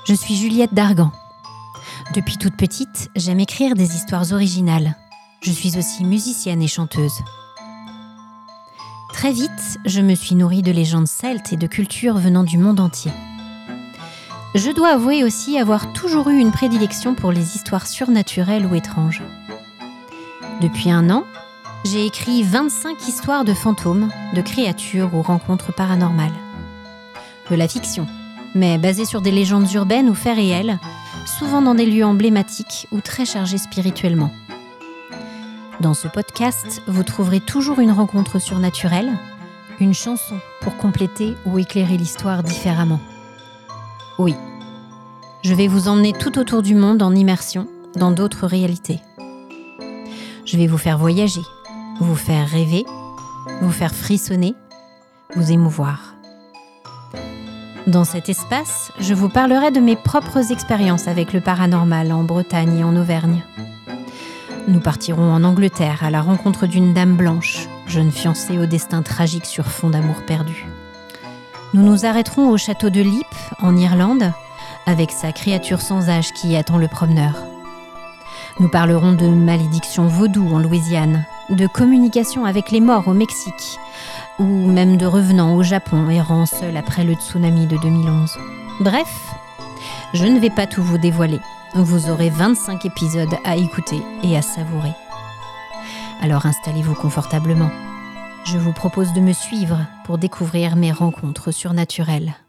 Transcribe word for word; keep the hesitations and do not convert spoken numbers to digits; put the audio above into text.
Je suis Juliette Dargan. Depuis toute petite, j'aime écrire des histoires originales. Je suis aussi musicienne et chanteuse. Très vite, je me suis nourrie de légendes celtes et de cultures venant du monde entier. Je dois avouer aussi avoir toujours eu une prédilection pour les histoires surnaturelles ou étranges. Depuis un an, j'ai écrit vingt-cinq histoires de fantômes, de créatures ou rencontres paranormales. De la fiction, mais basée sur des légendes urbaines ou faits réels, souvent dans des lieux emblématiques ou très chargés spirituellement. Dans ce podcast, vous trouverez toujours une rencontre surnaturelle, une chanson pour compléter ou éclairer l'histoire différemment. Oui, je vais vous emmener tout autour du monde en immersion dans d'autres réalités. Je vais vous faire voyager, vous faire rêver, vous faire frissonner, vous émouvoir. Dans cet espace, je vous parlerai de mes propres expériences avec le paranormal en Bretagne et en Auvergne. Nous partirons en Angleterre à la rencontre d'une dame blanche, jeune fiancée au destin tragique sur fond d'amour perdu. Nous nous arrêterons au château de Leap, en Irlande, avec sa créature sans âge qui attend le promeneur. Nous parlerons de malédiction vaudou en Louisiane, de communication avec les morts au Mexique, ou même de revenants au Japon errant seuls après le tsunami de deux mille onze. Bref, je ne vais pas tout vous dévoiler. Vous aurez vingt-cinq épisodes à écouter et à savourer. Alors installez-vous confortablement. Je vous propose de me suivre pour découvrir mes rencontres surnaturelles.